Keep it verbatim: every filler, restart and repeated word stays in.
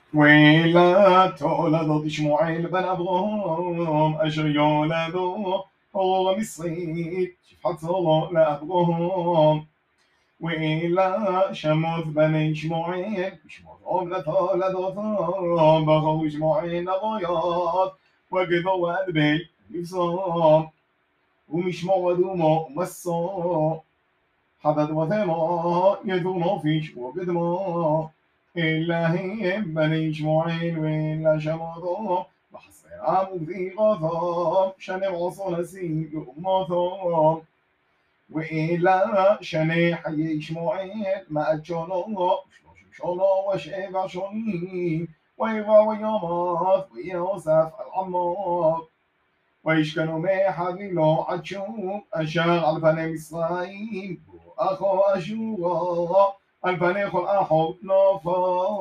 ואלה תולדות שמואל בן אברהם אשר יולדו אור המצרית שפחת צורו לאברהם. ואלה שמות בני שמואל בשמותיהם לתולדותם בחרו שמואל נבויות וגדו ועדבי לבשום ומשמור אדומו ומסור חדד ותמו ידונו פיש וקדמו אלא הם בני שמואל ואלא שמותו בחסרם ובדירתם שנים עשו נשיא לאומתם. ואלא שני חיי שמואל מאת שונו שלושים שונו ושבע שונים ויבא ויאמר ויוסף על עמו וישכנו מחבילו עד שוב אשר על פני מצרים אחו אשורה על פני כל אחו נופו